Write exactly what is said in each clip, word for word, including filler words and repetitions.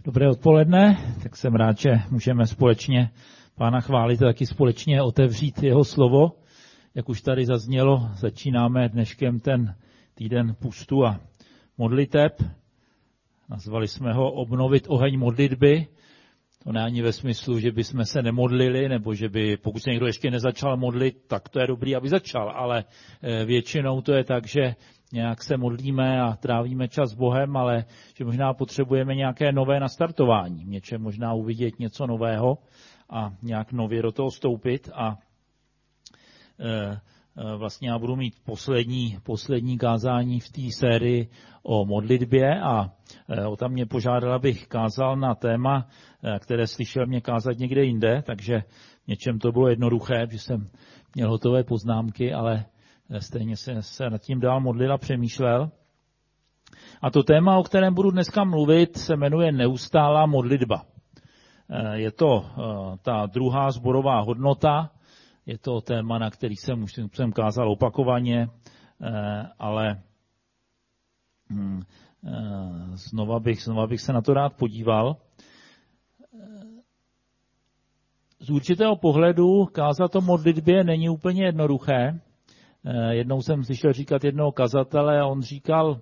Dobré odpoledne, tak jsem rád, že můžeme společně Pána chválit a taky společně otevřít jeho slovo. Jak už tady zaznělo, začínáme dneškem ten týden půstu a modliteb. Nazvali jsme ho Obnovit oheň modlitby. To ne ani ve smyslu, že bychom se nemodlili, nebo že by, pokud se někdo ještě nezačal modlit, tak to je dobrý, aby začal, ale většinou to je tak, že nějak se modlíme a trávíme čas s Bohem, ale že možná potřebujeme nějaké nové nastartování, něčem možná uvidět něco nového a nějak nově do toho vstoupit. A e, vlastně já budu mít poslední, poslední kázání v té sérii o modlitbě a e, o tam mě požádala, abych kázal na téma, e, které slyšel mě kázat někde jinde, takže něčem to bylo jednoduché, že jsem měl hotové poznámky, ale stejně se, se nad tím dál modlil a přemýšlel. A to téma, o kterém budu dneska mluvit, se jmenuje neustálá modlitba. Je to ta druhá sborová hodnota, je to téma, na který jsem už jsem kázal opakovaně, ale znova bych, znova bych se na to rád podíval. Z určitého pohledu kázat o modlitbě není úplně jednoduché. Jednou jsem slyšel říkat jednoho kazatele a on říkal,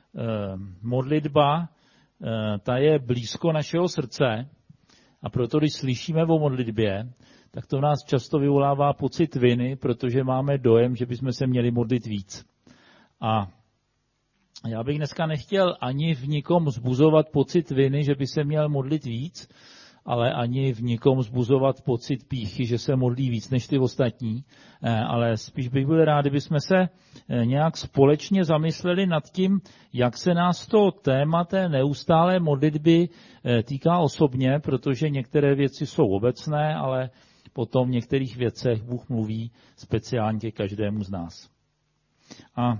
modlitba, ta je blízko našeho srdce a proto, když slyšíme o modlitbě, tak to v nás často vyvolává pocit viny, protože máme dojem, že bychom se měli modlit víc. A já bych dneska nechtěl ani v nikom vzbuzovat pocit viny, že by se měl modlit víc, ale ani v nikom vzbuzovat pocit pýchy, že se modlí víc než ty ostatní, ale spíš bych byl rád, kdybychom se nějak společně zamysleli nad tím, jak se nás to téma té neustálé modlitby týká osobně, protože některé věci jsou obecné, ale potom v některých věcech Bůh mluví speciálně ke každému z nás. A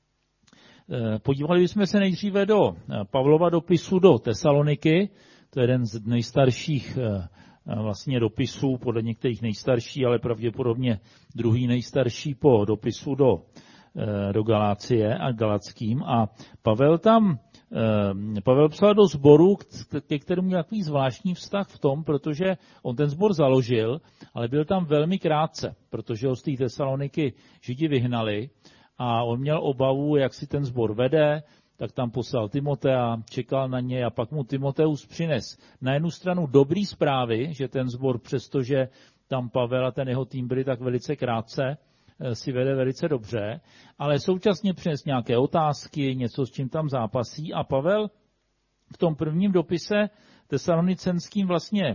podívali bychom se nejdříve do Pavlova dopisu do Tesaloniky. To je jeden z nejstarších vlastně dopisů, podle některých nejstarší, ale pravděpodobně druhý nejstarší po dopisu do, do Galácie a Galackým. A Pavel tam, Pavel psal do sboru, ke kterému měl takový zvláštní vztah v tom, protože on ten sbor založil, ale byl tam velmi krátce, protože ho z té Tesaloniky Židi vyhnali a on měl obavu, jak si ten sbor vede, tak tam poslal Timotea, čekal na něj a pak mu Timoteus přines na jednu stranu dobrý zprávy, že ten sbor, přestože tam Pavel a ten jeho tým byli tak velice krátce, si vede velice dobře, ale současně přines nějaké otázky, něco, s čím tam zápasí a Pavel v tom prvním dopise tesalonicenským vlastně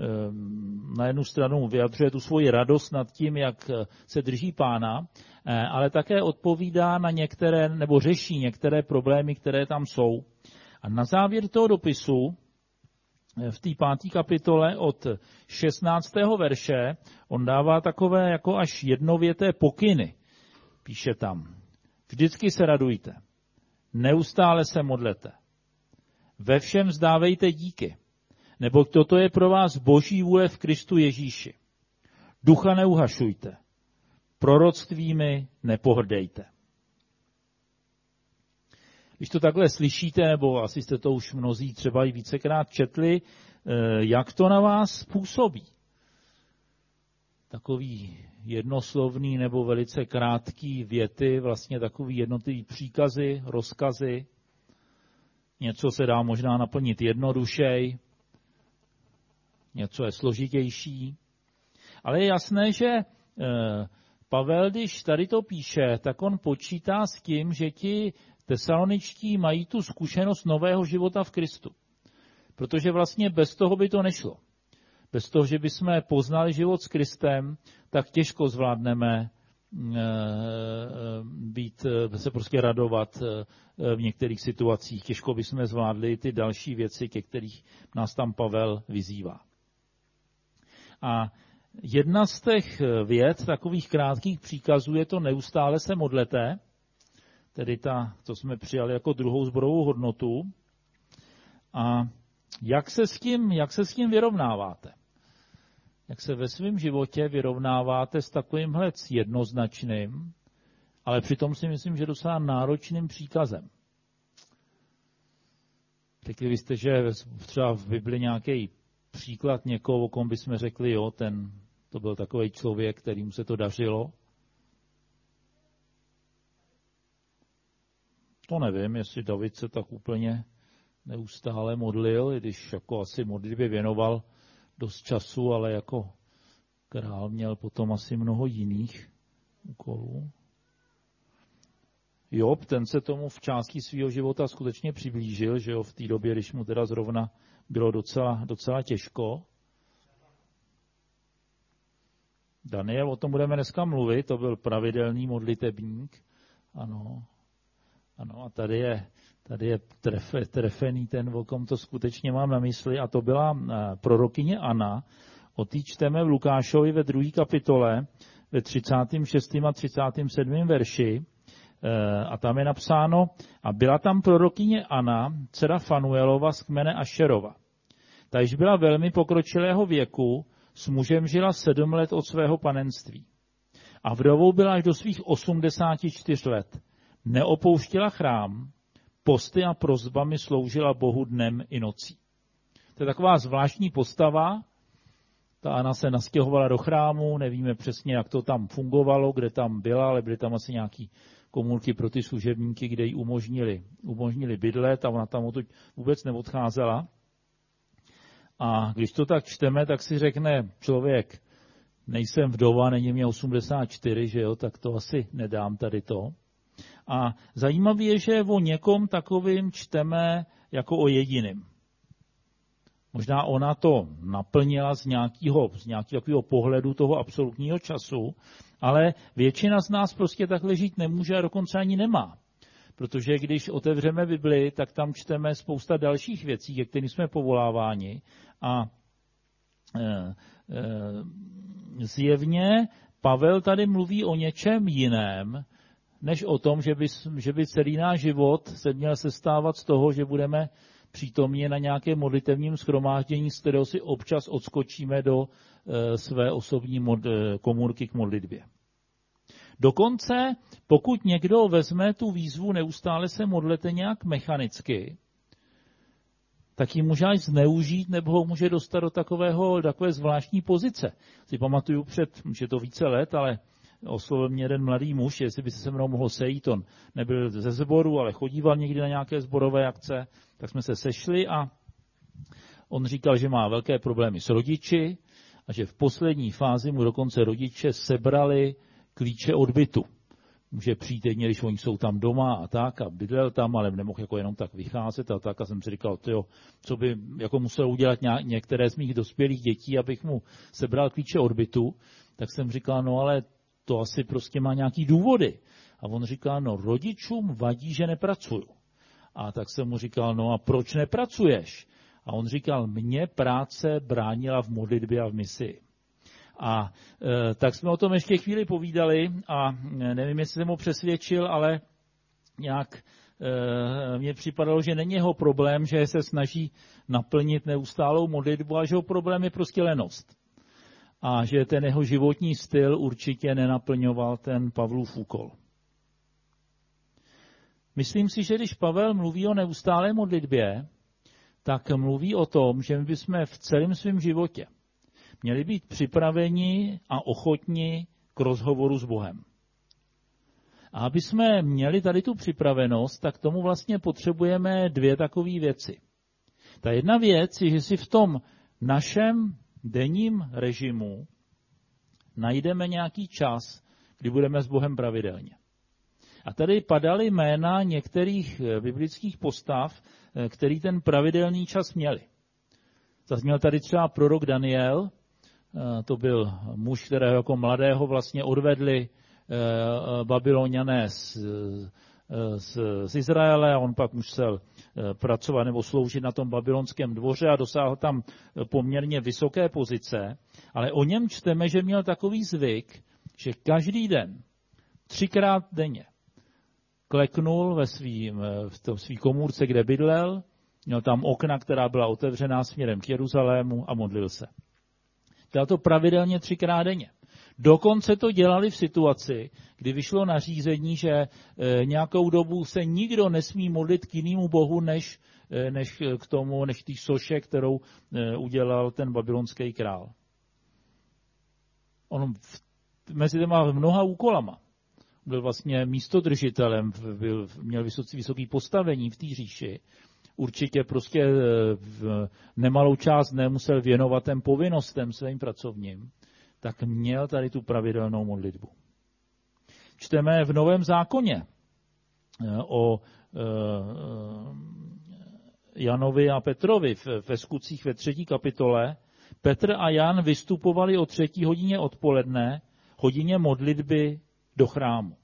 na jednu stranu vyjadřuje tu svoji radost nad tím, jak se drží Pána, ale také odpovídá na některé, nebo řeší některé problémy, které tam jsou. A na závěr toho dopisu, v té páté kapitole od šestnáctého verše, on dává takové jako až jednověté pokyny. Píše tam, vždycky se radujte, neustále se modlete, ve všem vzdávejte díky, nebo toto je pro vás boží vůle v Kristu Ježíši. Ducha neuhašujte, proroctvími nepohrdejte. Když to takhle slyšíte, nebo asi jste to už mnozí třeba i vícekrát četli, jak to na vás působí? Takový jednoslovný nebo velice krátký věty, vlastně takový jednotlivý příkazy, rozkazy. Něco se dá možná naplnit jednodušej, něco je složitější. Ale je jasné, že Pavel, když tady to píše, tak on počítá s tím, že ti tesaloničtí mají tu zkušenost nového života v Kristu. Protože vlastně bez toho by to nešlo. Bez toho, že bychom poznali život s Kristem, tak těžko zvládneme být, se prostě radovat v některých situacích. Těžko bychom zvládli ty další věci, ke kterých nás tam Pavel vyzývá. A jedna z těch vět, takových krátkých příkazů, je to neustále se modlete, tedy ta, co jsme přijali jako druhou sborovou hodnotu. A jak se s tím, jak se s tím vyrovnáváte? Jak se ve svém životě vyrovnáváte s takovýmhle jednoznačným, ale přitom si myslím, že docela náročným příkazem? Řekli byste, že třeba v Bibli nějaký příklad někoho, o kom bychom řekli, jo, ten, to byl takový člověk, kterým se to dařilo? To nevím, jestli David se tak úplně neustále modlil, i když jako asi modlitbě věnoval dost času, ale jako král měl potom asi mnoho jiných úkolů. Job, ten se tomu v části svého života skutečně přiblížil, že jo, v té době, když mu teda zrovna bylo docela, docela těžko. Daniel, o tom budeme dneska mluvit, to byl pravidelný modlitebník. Ano, ano a tady je, tady je trefe, trefený ten, o kom to skutečně mám na mysli, a to byla prorokyně Anna. O té čteme v Lukášovi ve druhé kapitole, ve třicátém šestém a třicátém sedmém verši. A tam je napsáno, a byla tam prorokyně Anna, dcera Fanuelova z kmene Ašerova. Ta již byla velmi pokročilého věku, s mužem žila sedm let od svého panenství. A vdovou byla až do svých osmdesáti čtyř let. Neopouštěla chrám, posty a prosbami sloužila Bohu dnem i nocí. To je taková zvláštní postava. Ta Anna se nastěhovala do chrámu, nevíme přesně, jak to tam fungovalo, kde tam byla, ale byly tam asi nějaký komůrky pro ty služebníky, kde jí umožnili, umožnili bydlet a ona tam odtud vůbec neodcházela. A když to tak čteme, tak si řekne člověk, nejsem vdova, není mě osmdesát čtyři, že jo, tak to asi nedám tady to. A zajímavé je, že o někom takovým čteme jako o jediným. Možná ona to naplnila z nějakého, z nějakého pohledu toho absolutního času, ale většina z nás prostě takhle žít nemůže a dokonce ani nemá. Protože když otevřeme Bibli, tak tam čteme spousta dalších věcí, ke kterým jsme povoláváni. A e, e, zjevně Pavel tady mluví o něčem jiném, než o tom, že by, že by celý náš život se měl sestávat z toho, že budeme přítomně na nějakém modlitevním shromáždění, z kterého si občas odskočíme do e, své osobní mod, e, komůrky k modlitbě. Dokonce, pokud někdo vezme tu výzvu neustále se modlete nějak mechanicky, tak ji může až zneužít nebo ho může dostat do takového, takové zvláštní pozice. Si pamatuju před, už je to více let, ale oslovil mě jeden mladý muž, jestli by se se mnou mohl sejít, on nebyl ze sboru, ale chodíval někdy na nějaké sborové akce, tak jsme se sešli a on říkal, že má velké problémy s rodiči a že v poslední fázi mu dokonce rodiče sebrali klíče od bytu. Může přijít jedně, když oni jsou tam doma a tak a bydlel tam, ale nemohl jako jenom tak vycházet a tak a jsem si říkal, tyjo, co by jako musel udělat některé z mých dospělých dětí, abych mu sebral klíče od bytu, tak jsem říkal, no ale to asi prostě má nějaký důvody. A on říkal, no rodičům vadí, že nepracuju. A tak jsem mu říkal, no a proč nepracuješ? A on říkal, mě práce bránila v modlitbě a v misi. A e, tak jsme o tom ještě chvíli povídali a nevím, jestli jsem ho přesvědčil, ale nějak e, mně připadalo, že není jeho problém, že se snaží naplnit neustálou modlitbu, a že jeho problém je prostě lenost. A že ten jeho životní styl určitě nenaplňoval ten Pavlův úkol. Myslím si, že když Pavel mluví o neustálé modlitbě, tak mluví o tom, že my bychom v celém svém životě měli být připraveni a ochotni k rozhovoru s Bohem. A aby jsme měli tady tu připravenost, tak tomu vlastně potřebujeme dvě takové věci. Ta jedna věc je, že si v tom našem denním režimu najdeme nějaký čas, kdy budeme s Bohem pravidelně. A tady padaly jména některých biblických postav, který ten pravidelný čas měli. Zazněl tady třeba prorok Daniel, to byl muž, kterého jako mladého vlastně odvedli Babyloniané z, z, z Izraele a on pak musel pracovat nebo sloužit na tom babylonském dvoře a dosáhl tam poměrně vysoké pozice, ale o něm čteme, že měl takový zvyk, že každý den, třikrát denně, kleknul ve svý, v svý komůrce, kde bydlel, měl tam okna, která byla otevřená směrem k Jeruzalému a modlil se. Dělal to pravidelně třikrát denně. Dokonce to dělali v situaci, kdy vyšlo nařízení, že e, nějakou dobu se nikdo nesmí modlit k jinému bohu než než k tomu, než té soše, kterou udělal ten babylonský král. On mezi těma mnoha úkolama byl vlastně místodržitelem, byl, měl vysocí, vysoký postavení v té říši. Určitě prostě v nemalou část nemusel věnovat těm povinnostem svým pracovním, tak měl tady tu pravidelnou modlitbu. Čteme v Novém zákoně o Janovi a Petrovi ve Skutcích ve třetí kapitole. Petr a Jan vystupovali o třetí hodině odpoledne, hodině modlitby do chrámu.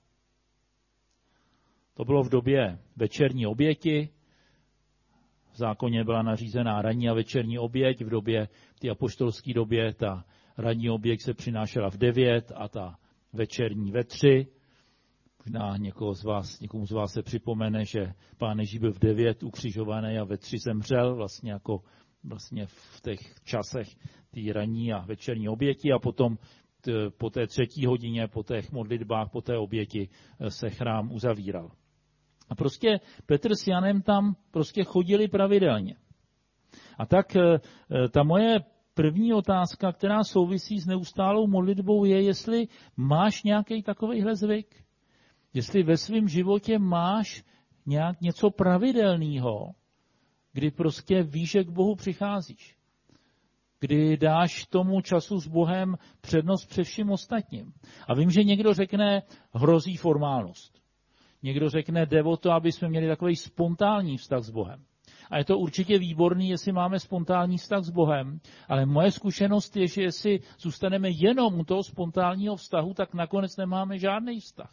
To bylo v době večerní oběti. V zákoně byla nařízená ranní a večerní oběť. V době, v té apoštolské době, ta ranní oběť se přinášela v devět a ta večerní ve tři. Možná někoho z vás, někomu z vás se připomene, že Pán Ježíš byl v devět ukřižovaný a ve tři zemřel, vlastně jako vlastně v těch časech té ranní a večerní oběti, a potom t, po té třetí hodině, po těch modlitbách, po té oběti se chrám uzavíral. A prostě Petr s Janem tam prostě chodili pravidelně. A tak ta moje první otázka, která souvisí s neustálou modlitbou, je, jestli máš nějaký takovejhle zvyk. Jestli ve svém životě máš nějak něco pravidelného, kdy prostě víš, že k Bohu přicházíš. Kdy dáš tomu času s Bohem přednost před vším ostatním. A vím, že někdo řekne, hrozí formálnost. Někdo řekne, jde o to, aby jsme měli takový spontánní vztah s Bohem. A je to určitě výborný, jestli máme spontánní vztah s Bohem, ale moje zkušenost je, že jestli zůstaneme jenom u toho spontánního vztahu, tak nakonec nemáme žádný vztah.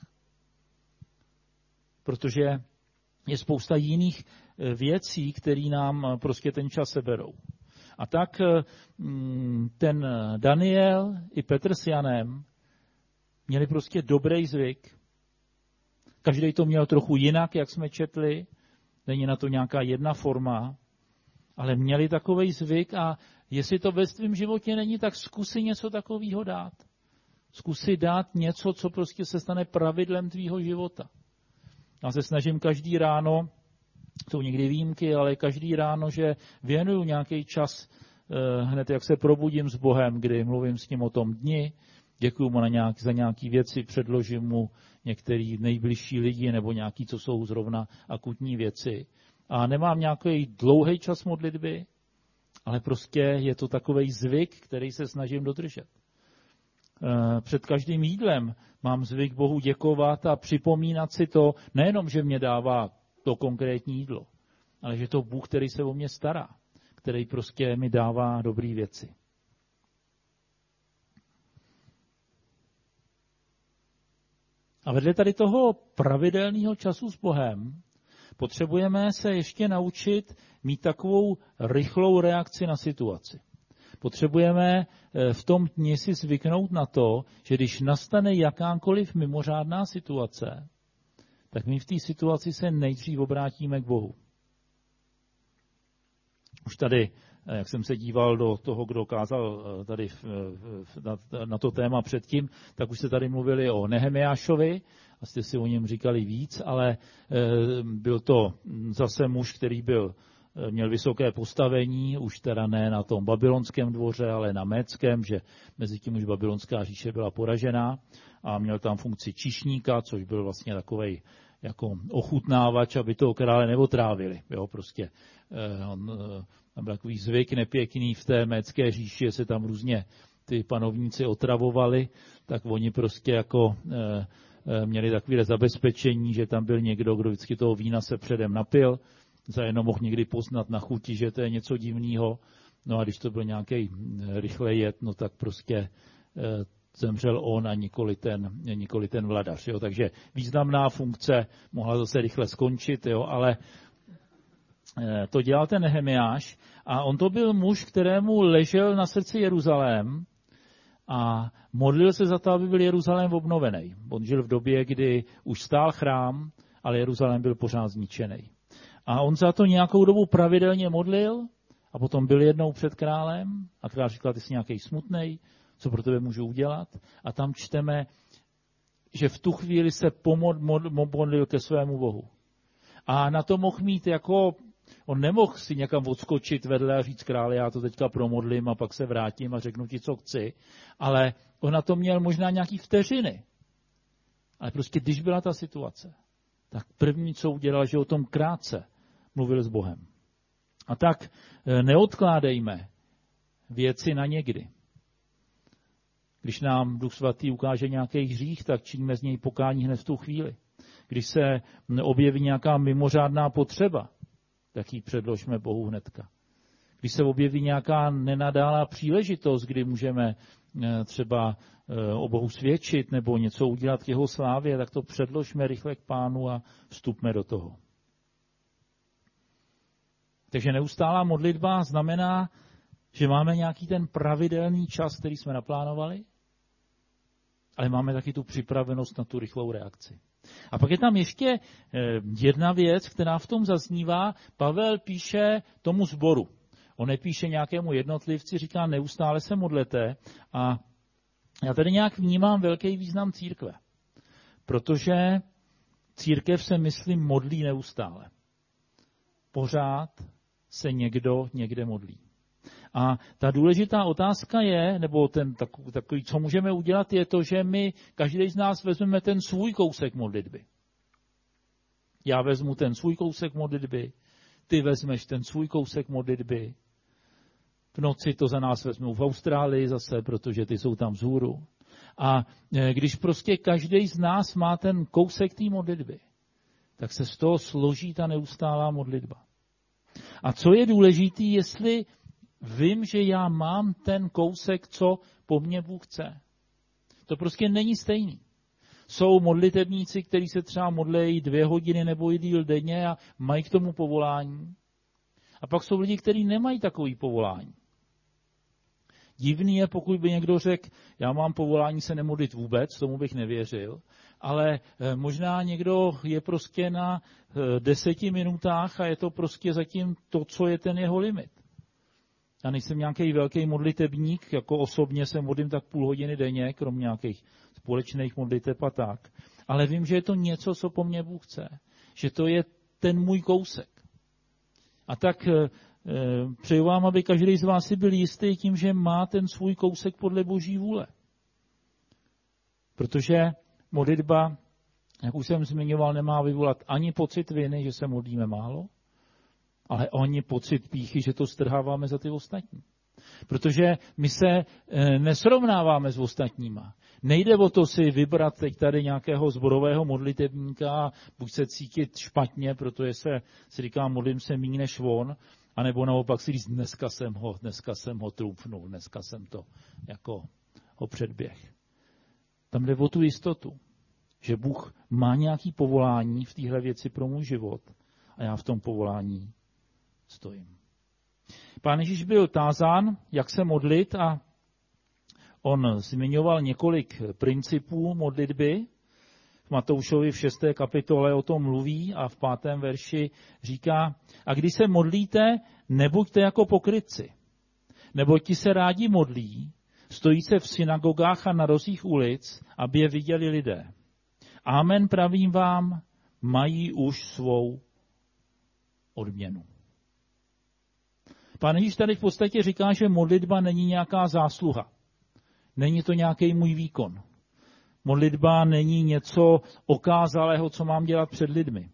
Protože je spousta jiných věcí, které nám prostě ten čas seberou. A tak ten Daniel i Petr s Janem měli prostě dobrý zvyk. Každý to měl trochu jinak, jak jsme četli. Není na to nějaká jedna forma, ale měli takovej zvyk, a jestli to ve svém životě není, tak zkusi něco takového dát. Zkusi dát něco, co prostě se stane pravidlem tvýho života. Já se snažím každý ráno, jsou někdy výjimky, ale každý ráno, že věnuju nějaký čas, hned jak se probudím s Bohem, kdy mluvím s ním o tom dni, děkuju mu na nějak, za nějaké věci, předložím mu některý nejbližší lidi nebo nějaký, co jsou zrovna akutní věci. A nemám nějaký dlouhý čas modlitby, ale prostě je to takovej zvyk, který se snažím dodržet. Před každým jídlem mám zvyk Bohu děkovat a připomínat si to, nejenom, že mě dává to konkrétní jídlo, ale že to Bůh, který se o mě stará, který prostě mi dává dobré věci. A vedle tady toho pravidelného času s Bohem potřebujeme se ještě naučit mít takovou rychlou reakci na situaci. Potřebujeme v tom dni si zvyknout na to, že když nastane jakákoliv mimořádná situace, tak my v té situaci se nejdřív obrátíme k Bohu. Už tady, jak jsem se díval do toho, kdo kázal tady na to téma předtím, tak už se tady mluvili o Nehemiášovi, a jste si o něm říkali víc, ale byl to zase muž, který byl, měl vysoké postavení, už teda ne na tom babylonském dvoře, ale na médském, že mezi tím už babylonská říše byla poražená, a měl tam funkci číšníka, což byl vlastně takovej jako ochutnávač, aby toho krále neotrávili. Jo, prostě eh, on, tam byl takový zvyk nepěkný v té médské říši, se tam různě ty panovníci otravovali, tak oni prostě jako eh, eh, měli takové zabezpečení, že tam byl někdo, kdo vždycky toho vína se předem napil, za jenom mohl někdy poznat na chuti, že to je něco divného. No a když to byl nějaký rychlej jed, no tak prostě eh, zemřel on a nikoli ten, nikoli ten vladař. Jo. Takže významná funkce mohla zase rychle skončit, jo, ale to dělal ten Nehemiáš, a on to byl muž, kterému ležel na srdci Jeruzalém a modlil se za to, aby byl Jeruzalém obnovený. On žil v době, kdy už stál chrám, ale Jeruzalém byl pořád zničený. A on za to nějakou dobu pravidelně modlil a potom byl jednou před králem a král říkal, ty jsi nějaký smutnej, co pro tebe můžu udělat. A tam čteme, že v tu chvíli se pomodlil ke svému Bohu. A na to mohl mít jako On nemohl si někam odskočit vedle a říct králi, já to teďka promodlím a pak se vrátím a řeknu ti, co chci. Ale on na to měl možná nějaký vteřiny. Ale prostě když byla ta situace, tak první, co udělal, že o tom krátce mluvil s Bohem. A tak neodkládejme věci na někdy. Když nám Duch Svatý ukáže nějaký hřích, tak činíme z něj pokání hned v tu chvíli. Když se objeví nějaká mimořádná potřeba, tak ji předložme Bohu hnedka. Když se objeví nějaká nenadálá příležitost, kdy můžeme třeba o Bohu svědčit nebo něco udělat k jeho slávě, tak to předložme rychle k Pánu a vstupme do toho. Takže neustálá modlitba znamená, že máme nějaký ten pravidelný čas, který jsme naplánovali, ale máme taky tu připravenost na tu rychlou reakci. A pak je tam ještě jedna věc, která v tom zaznívá. Pavel píše tomu sboru. On nepíše nějakému jednotlivci, říká neustále se modlete. A já tady nějak vnímám velký význam církve. Protože církev se, myslím, modlí neustále. Pořád se někdo někde modlí. A ta důležitá otázka je, nebo ten takový, takový, co můžeme udělat, je to, že my, každý z nás vezmeme ten svůj kousek modlitby. Já vezmu ten svůj kousek modlitby, ty vezmeš ten svůj kousek modlitby. V noci to za nás vezmou v Austrálii zase, protože ty jsou tam vzhůru. A když prostě každý z nás má ten kousek té modlitby, tak se z toho složí ta neustálá modlitba. A co je důležité, jestli vím, že já mám ten kousek, co po mně Bůh chce. To prostě není stejný. Jsou modlitebníci, kteří se třeba modlejí dvě hodiny nebo i díl denně a mají k tomu povolání. A pak jsou lidi, kteří nemají takový povolání. Divný je, pokud by někdo řekl, já mám povolání se nemodlit vůbec, tomu bych nevěřil, ale možná někdo je prostě na deseti minutách a je to prostě zatím to, co je ten jeho limit. Já nejsem nějaký velký modlitebník, jako osobně se modlím tak půl hodiny denně, krom nějakých společných modliteb a tak. Ale vím, že je to něco, co po mně Bůh chce. Že to je ten můj kousek. A tak e, přeju vám, aby každý z vás si byl jistý tím, že má ten svůj kousek podle Boží vůle. Protože modlitba, jak už jsem zmiňoval, nemá vyvolat ani pocit viny, že se modlíme málo, ale ani pocit pýchy, že to strháváme za ty ostatní. Protože my se nesrovnáváme s ostatníma. Nejde o to si vybrat teď tady nějakého sborového modlitebníka, buď se cítit špatně, protože se si říká, modlím se míň než on, anebo naopak si říct, dneska jsem ho, dneska jsem ho trůfnul, dneska jsem to jako ho předběh. Tam jde o tu jistotu, že Bůh má nějaký povolání v téhle věci pro můj život a já v tom povolání stojím. Pán Ježíš byl tázán, jak se modlit a on zmiňoval několik principů modlitby. V Matoušovi v šesté kapitole o tom mluví a v pátém verši říká, a když se modlíte, nebuďte jako pokrytci, neboť ti se rádi modlí, stojí se v synagogách a na rozích ulic, aby je viděli lidé. Amen, pravím vám, mají už svou odměnu. Pán Ježíš tady v podstatě říká, že modlitba není nějaká zásluha. Není to nějaký můj výkon. Modlitba není něco okázalého, co mám dělat před lidmi.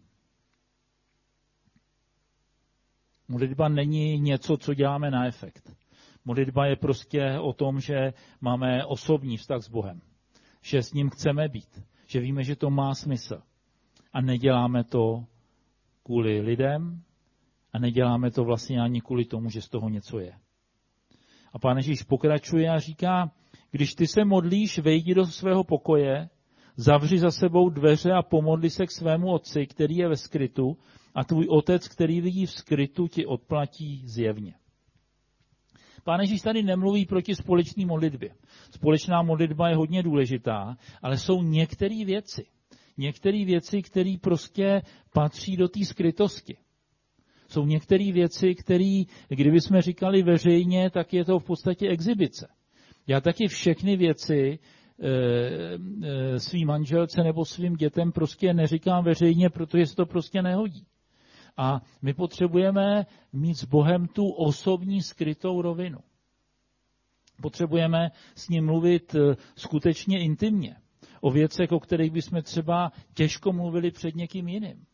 Modlitba není něco, co děláme na efekt. Modlitba je prostě o tom, že máme osobní vztah s Bohem. Že s ním chceme být. Že víme, že to má smysl. A neděláme to kvůli lidem a neděláme to vlastně ani kvůli tomu, že z toho něco je. A Pán Ježíš pokračuje a říká, když ty se modlíš, vejdi do svého pokoje, zavři za sebou dveře a pomodli se k svému otci, který je ve skrytu, a tvůj otec, který vidí v skrytu, ti odplatí zjevně. Pán Ježíš tady nemluví proti společné modlitbě. Společná modlitba je hodně důležitá, ale jsou některé věci. Některé věci, které prostě patří do té skrytosti. Jsou některé věci, které, kdybychom říkali veřejně, tak je to v podstatě exibice. Já taky všechny věci e, e, svým manželce nebo svým dětem prostě neříkám veřejně, protože se to prostě nehodí. A my potřebujeme mít s Bohem tu osobní skrytou rovinu. Potřebujeme s ním mluvit skutečně intimně. O věcech, o kterých bychom třeba těžko mluvili před někým jiným.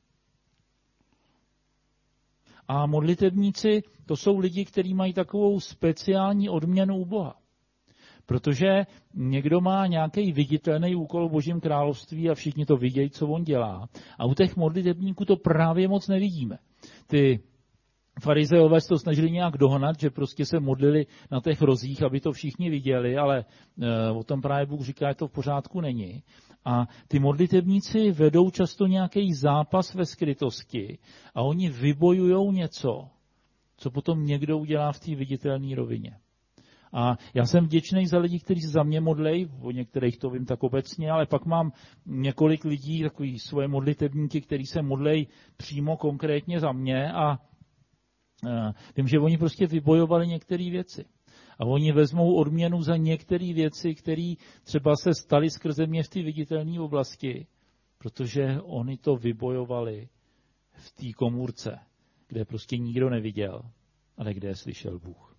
A modlitebníci, to jsou lidi, kteří mají takovou speciální odměnu u Boha. Protože někdo má nějaký viditelný úkol v Božím království a všichni to vidějí, co on dělá. A u těch modlitebníků to právě moc nevidíme. Ty farizeové se to snažili nějak dohnat, že prostě se modlili na těch rozích, aby to všichni viděli, ale e, o tom právě Bůh říká, že to v pořádku není. A ty modlitebníci vedou často nějaký zápas ve skrytosti a oni vybojujou něco, co potom někdo udělá v té viditelné rovině. A já jsem vděčný za lidi, kteří se za mě modlejí, o některých to vím tak obecně, ale pak mám několik lidí, takový svoje modlitebníky, kteří se modlejí přímo konkrétně za mě a vím, že oni prostě vybojovali některé věci. A oni vezmou odměnu za některé věci, které třeba se staly skrze mě v té viditelné oblasti, protože oni to vybojovali v té komůrce, kde prostě nikdo neviděl, ale kde je slyšel Bůh.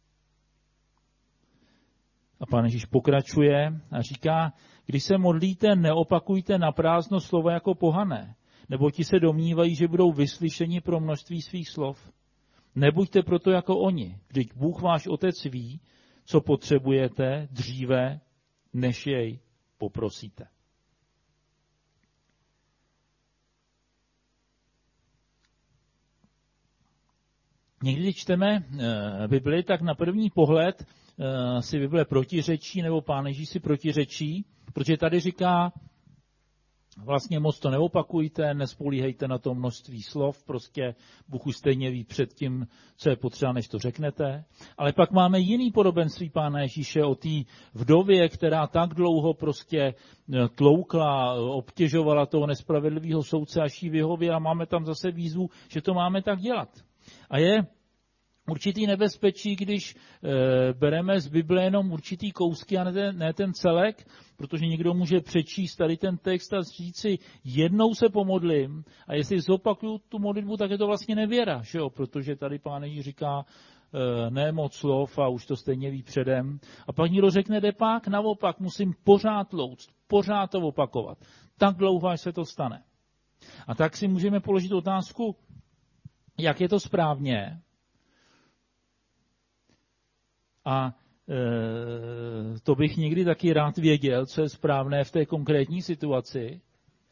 A Pán Ježíš pokračuje a říká, když se modlíte, neopakujte naprázdno slova jako pohané, nebo ti se domnívají, že budou vyslyšeni pro množství svých slov. Nebuďte proto jako oni, vždyť Bůh váš Otec ví, co potřebujete dříve, než jej poprosíte. Někdy, když čteme Bibli, tak na první pohled si Bible protiřečí, nebo Pán Ježíš si protiřečí, protože tady říká, vlastně moc to neopakujte, nespolíhejte na to množství slov, prostě Bůh už stejně ví před tím, co je potřeba, než to řeknete. Ale pak máme jiný podobenství Pána Ježíše o té vdově, která tak dlouho prostě tloukla, obtěžovala toho nespravedlivého soudce, až jí vyhověl a máme tam zase výzvu, že to máme tak dělat. A je určitý nebezpečí, když e, bereme z Bible jenom určitý kousky a ne ten, ne ten celek, protože někdo může přečíst tady ten text a říct si, jednou se pomodlím a jestli zopakuju tu modlitbu, tak je to vlastně nevěra, že jo? Protože tady Pán Ježíš říká, e, ne moc slov a už to stejně ví předem. A pak někdo řekne, jde pak, naopak musím pořád louct, pořád to opakovat. Tak dlouho, až se to stane. A tak si můžeme položit otázku, jak je to správně. A e, to bych někdy taky rád věděl, co je správné v té konkrétní situaci.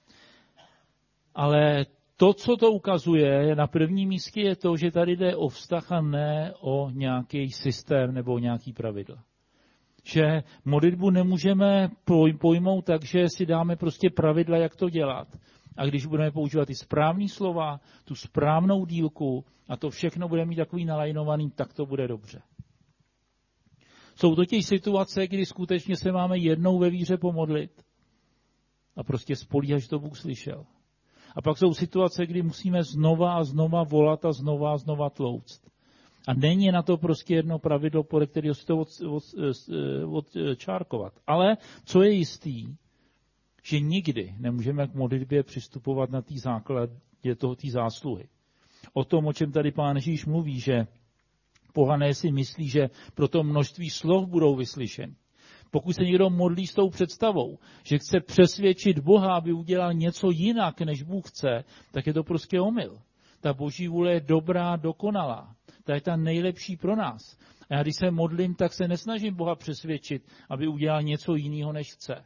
Ale to, co to ukazuje na prvním místě, je to, že tady jde o vztah a ne o nějaký systém nebo o nějaký pravidla. Že modlitbu nemůžeme pojmout tak, že si dáme prostě pravidla, jak to dělat. A když budeme používat ty správné slova, tu správnou dílku a to všechno bude mít takový nalajnovaný, tak to bude dobře. Jsou totiž situace, kdy skutečně se máme jednou ve víře pomodlit a prostě spolíhat, že to Bůh slyšel. A pak jsou situace, kdy musíme znova a znova volat a znova a znova tlouct. A není na to prostě jedno pravidlo, podle kterého si to odčárkovat. Od, od, Ale co je jistý, že nikdy nemůžeme k modlitbě přistupovat na té základě toho, té zásluhy. O tom, o čem tady Pán Ježíš mluví, že pohané si myslí, že pro to množství slov budou vyslyšeni. Pokud se někdo modlí s tou představou, že chce přesvědčit Boha, aby udělal něco jinak, než Bůh chce, tak je to prostě omyl. Ta Boží vůle je dobrá, dokonalá. Ta je ta nejlepší pro nás. A já když se modlím, tak se nesnažím Boha přesvědčit, aby udělal něco jiného, než chce.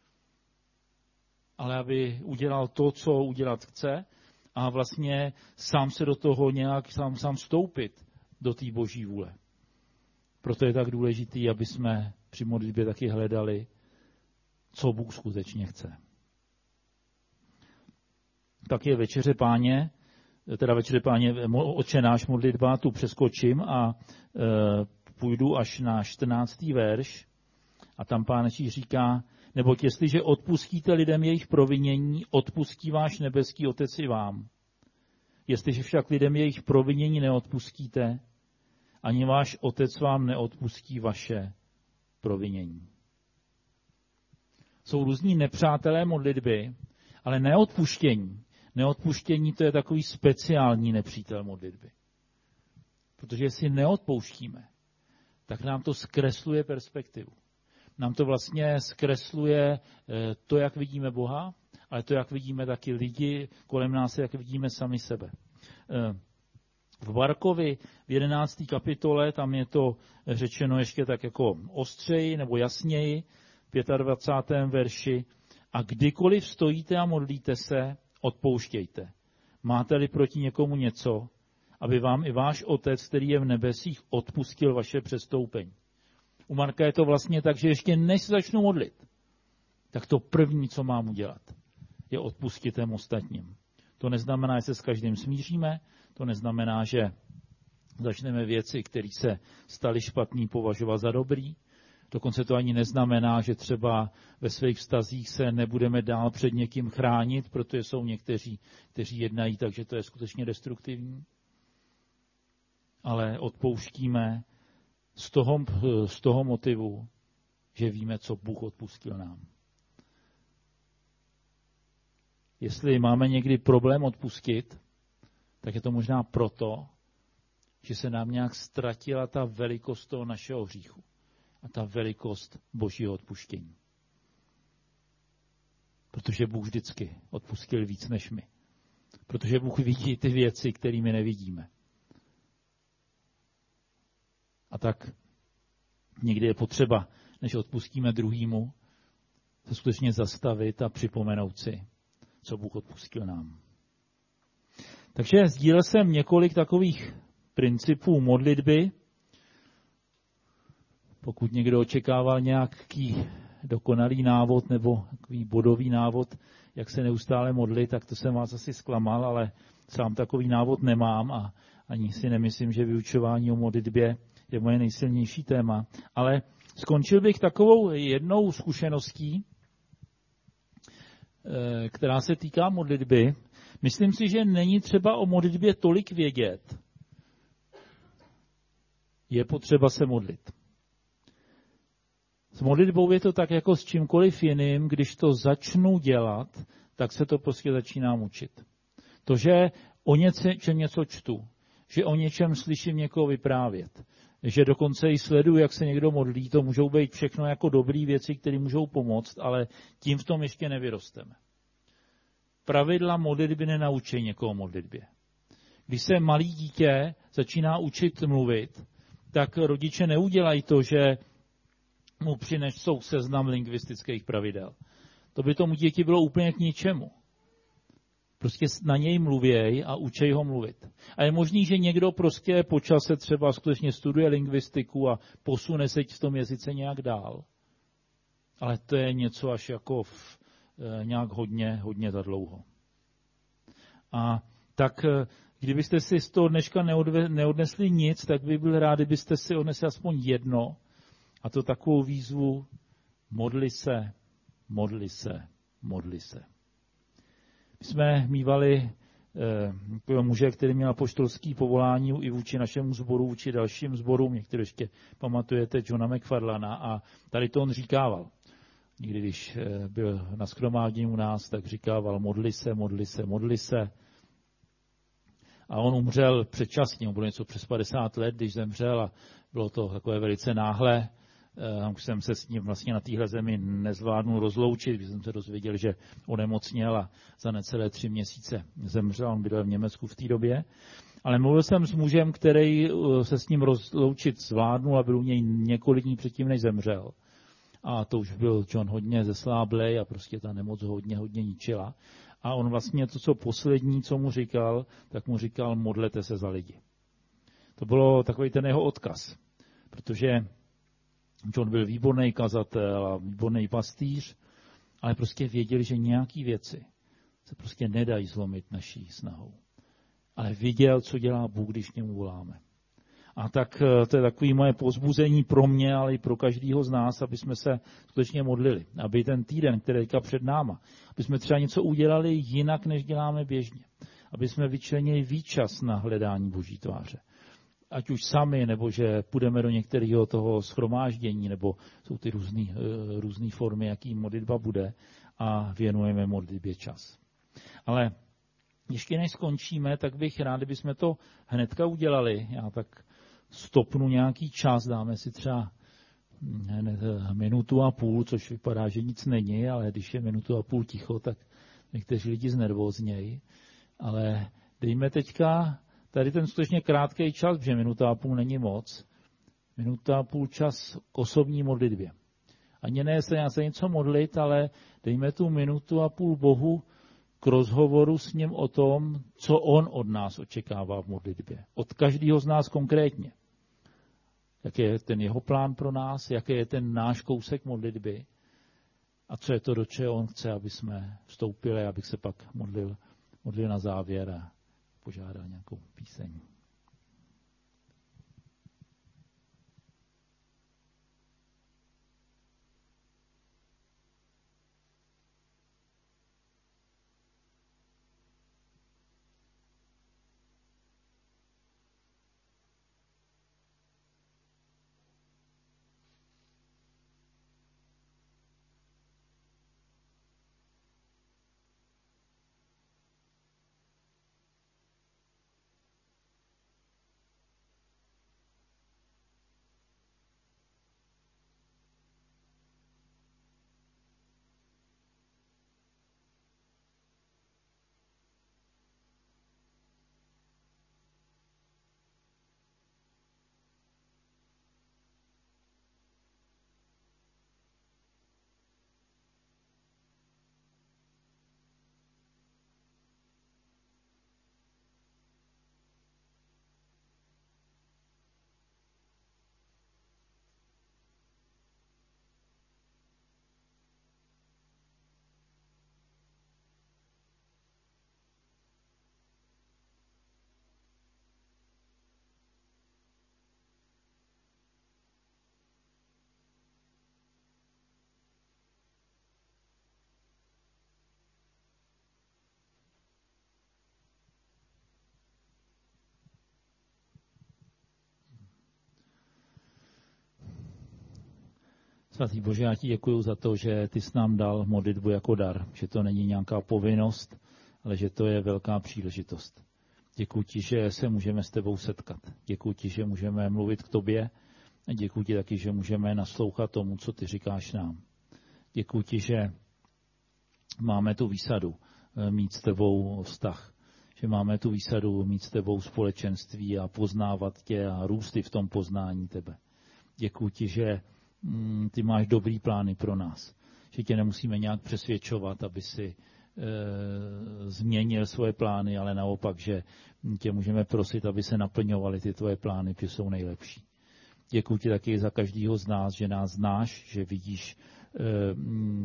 Ale aby udělal to, co udělat chce a vlastně sám se do toho nějak sám, sám vstoupit do té Boží vůle. Proto je tak důležitý, aby jsme při modlitbě taky hledali, co Bůh skutečně chce. Tak je večeře Páně, teda večeře Páně, Otče náš modlitba, tu přeskočím a e, půjdu až na čtrnáctý verš a tam Pán Ježíš říká, neboť jestliže odpustíte lidem jejich provinění, odpustí váš nebeský Otec i vám. Jestliže však lidem jejich provinění neodpustíte, ani váš Otec vám neodpustí vaše provinění. Jsou různí nepřátelé modlitby, ale neodpuštění Neodpuštění to je takový speciální nepřítel modlitby. Protože jestli neodpouštíme, tak nám to zkresluje perspektivu. Nám to vlastně zkresluje to, jak vidíme Boha, ale to, jak vidíme taky lidi kolem nás, jak vidíme sami sebe. V Barkovi v jedenácté kapitole, tam je to řečeno ještě tak jako ostřeji nebo jasněji, v dvacátém pátém verši. A kdykoliv stojíte a modlíte se, odpouštějte. Máte-li proti někomu něco, aby vám i váš Otec, který je v nebesích, odpustil vaše přestoupení. U Marka je to vlastně tak, že ještě než se začnu modlit, tak to první, co mám udělat, je odpustit těm ostatním. To neznamená, že se s každým smíříme, to neznamená, že začneme věci, které se staly špatný, považovat za dobrý. Dokonce to ani neznamená, že třeba ve svých vztazích se nebudeme dál před někým chránit, protože jsou někteří, kteří jednají, takže to je skutečně destruktivní. Ale odpouštíme z toho, z toho motivu, že víme, co Bůh odpustil nám. Jestli máme někdy problém odpustit, tak je to možná proto, že se nám nějak ztratila ta velikost toho našeho hříchu a ta velikost Božího odpuštění. Protože Bůh vždycky odpustil víc než my. Protože Bůh vidí ty věci, kterými nevidíme. A tak někdy je potřeba, než odpustíme druhýmu, se skutečně zastavit a připomenout si, co Bůh odpustil nám. Takže sdílel jsem několik takových principů modlitby. Pokud někdo očekával nějaký dokonalý návod nebo takový bodový návod, jak se neustále modlit, tak to jsem vás asi zklamal, ale sám takový návod nemám a ani si nemyslím, že vyučování o modlitbě je moje nejsilnější téma. Ale skončil bych takovou jednou zkušeností, která se týká modlitby. Myslím si, že není třeba o modlitbě tolik vědět. Je potřeba se modlit. S modlitbou je to tak jako s čímkoliv jiným, když to začnu dělat, tak se to prostě začínám učit. To, že o něčem něco čtu, že o něčem slyším někoho vyprávět, že dokonce i sleduju, jak se někdo modlí, to můžou být všechno jako dobré věci, které můžou pomoct, ale tím v tom ještě nevyrosteme. Pravidla modlitby nenaučí někoho modlitbě. Když se malý dítě začíná učit mluvit, tak rodiče neudělají to, že mu přinesou seznam lingvistických pravidel. To by tomu děti bylo úplně k ničemu. Prostě na něj mluvěj a učej ho mluvit. A je možný, že někdo prostě po čase třeba skutečně studuje lingvistiku a posune se v tom jazyce nějak dál. Ale to je něco až jako v, e, nějak hodně, hodně za dlouho. A tak kdybyste si z toho dneška neodve, neodnesli nic, tak bych byl rád, kdybyste si odnesli aspoň jedno. A to takovou výzvu: modli se, modli se, modli se. My jsme mívali eh, muže, který měl apoštolský povolání i vůči našemu sboru, vůči dalším sborům. Některé ještě pamatujete Johna McFarlana a tady to on říkával. Někdy, když eh, byl na shromáždění u nás, tak říkával: modli se, modli se, modli se. A on umřel předčasně, on byl něco přes padesát let, když zemřel, a bylo to takové velice náhle. Už jsem se s ním vlastně na téhle zemi nezvládnul rozloučit, když jsem se dozvěděl, že onemocněl a za necelé tři měsíce zemřel. On bydlel v Německu v té době. Ale mluvil jsem s mužem, který se s ním rozloučit zvládnul a byl u něj několik dní předtím, než zemřel. A to už byl John hodně zesláblej a prostě ta nemoc hodně, hodně ničila. A on vlastně to, co poslední, co mu říkal, tak mu říkal: modlete se za lidi. To bylo takový ten jeho odkaz, protože John byl výborný kazatel a výborný pastýř, ale prostě věděl, že nějaký věci se prostě nedají zlomit naší snahou. Ale viděl, co dělá Bůh, když k němu voláme. A tak to je takové moje povzbuzení pro mě, ale i pro každého z nás, aby jsme se skutečně modlili. Aby ten týden, který je před náma, aby jsme třeba něco udělali jinak, než děláme běžně. Aby jsme vyčlenili víc čas na hledání Boží tváře. Ať už sami, nebo že půjdeme do některého toho shromáždění, nebo jsou ty různé různý formy, jaký modlitba bude, a věnujeme modlitbě čas. Ale Ještě než skončíme, tak bych rád, kdybychom to hnedka udělali. Já tak stopnu nějaký čas, dáme si třeba minutu a půl, což vypadá, že nic není, ale když je minutu a půl ticho, tak někteří lidi znervóznějí. Ale dejme teďka tady ten skutečně krátký čas, protože minuta a půl není moc. Minuta a půl čas k osobní modlitbě. Ani ne se se něco modlit, ale dejme tu minutu a půl Bohu k rozhovoru s ním o tom, co on od nás očekává v modlitbě. Od každého z nás konkrétně. Jaký je ten jeho plán pro nás, jaký je ten náš kousek modlitby a co je to, do čeho on chce, aby jsme vstoupili, abych se pak modlil, modlil na závěr a požádal nějakou píseň. Svatý Bože, já ti děkuju za to, že ty jsi nám dal modlitbu jako dar, že to není nějaká povinnost, ale že to je velká příležitost. Děkuji ti, že se můžeme s tebou setkat. Děkuji ti, že můžeme mluvit k tobě a děkuji ti taky, že můžeme naslouchat tomu, co ty říkáš nám. Děkuji ti, že máme tu výsadu mít s tebou vztah, že máme tu výsadu mít s tebou společenství a poznávat tě a růsty v tom poznání tebe. Děkuji ti, že ty máš dobrý plány pro nás, že tě nemusíme nějak přesvědčovat, aby si e, změnil svoje plány, ale naopak, že tě můžeme prosit, aby se naplňovaly ty tvoje plány, protože jsou nejlepší. Děkuji ti taky za každého z nás, že nás znáš, že vidíš e, e,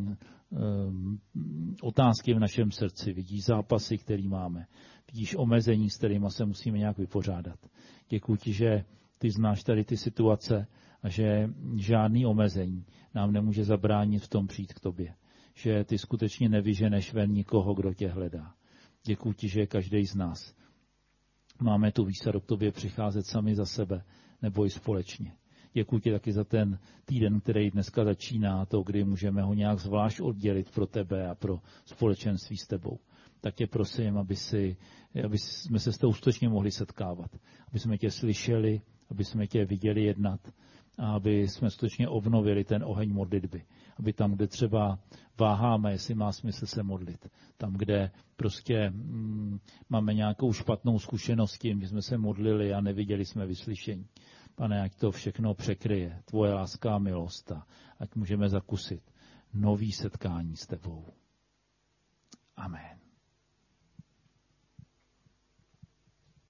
otázky v našem srdci, vidíš zápasy, které máme, vidíš omezení, s kterými se musíme nějak vypořádat. Děkuji ti, že ty znáš tady ty situace, a že žádný omezení nám nemůže zabránit v tom přijít k tobě. Že ty skutečně nevyženeš ven nikoho, kdo tě hledá. Děkuji ti, že každý z nás máme tu výsadu k tobě přicházet sami za sebe, nebo i společně. Děkuji ti taky za ten týden, který dneska začíná, to, kdy můžeme ho nějak zvlášť oddělit pro tebe a pro společenství s tebou. Tak tě prosím, aby, si, aby jsme se s tou skutečně mohli setkávat. Aby jsme tě slyšeli, aby jsme tě viděli jednat, a aby jsme skutečně obnovili ten oheň modlitby. Aby tam, kde třeba váháme, jestli má smysl se modlit, tam, kde prostě mm, máme nějakou špatnou zkušenost tím, že jsme se modlili a neviděli jsme vyslyšení. Pane, ať to všechno překryje, tvoje láska a milost, a ať můžeme zakusit nový setkání s tebou. Amen.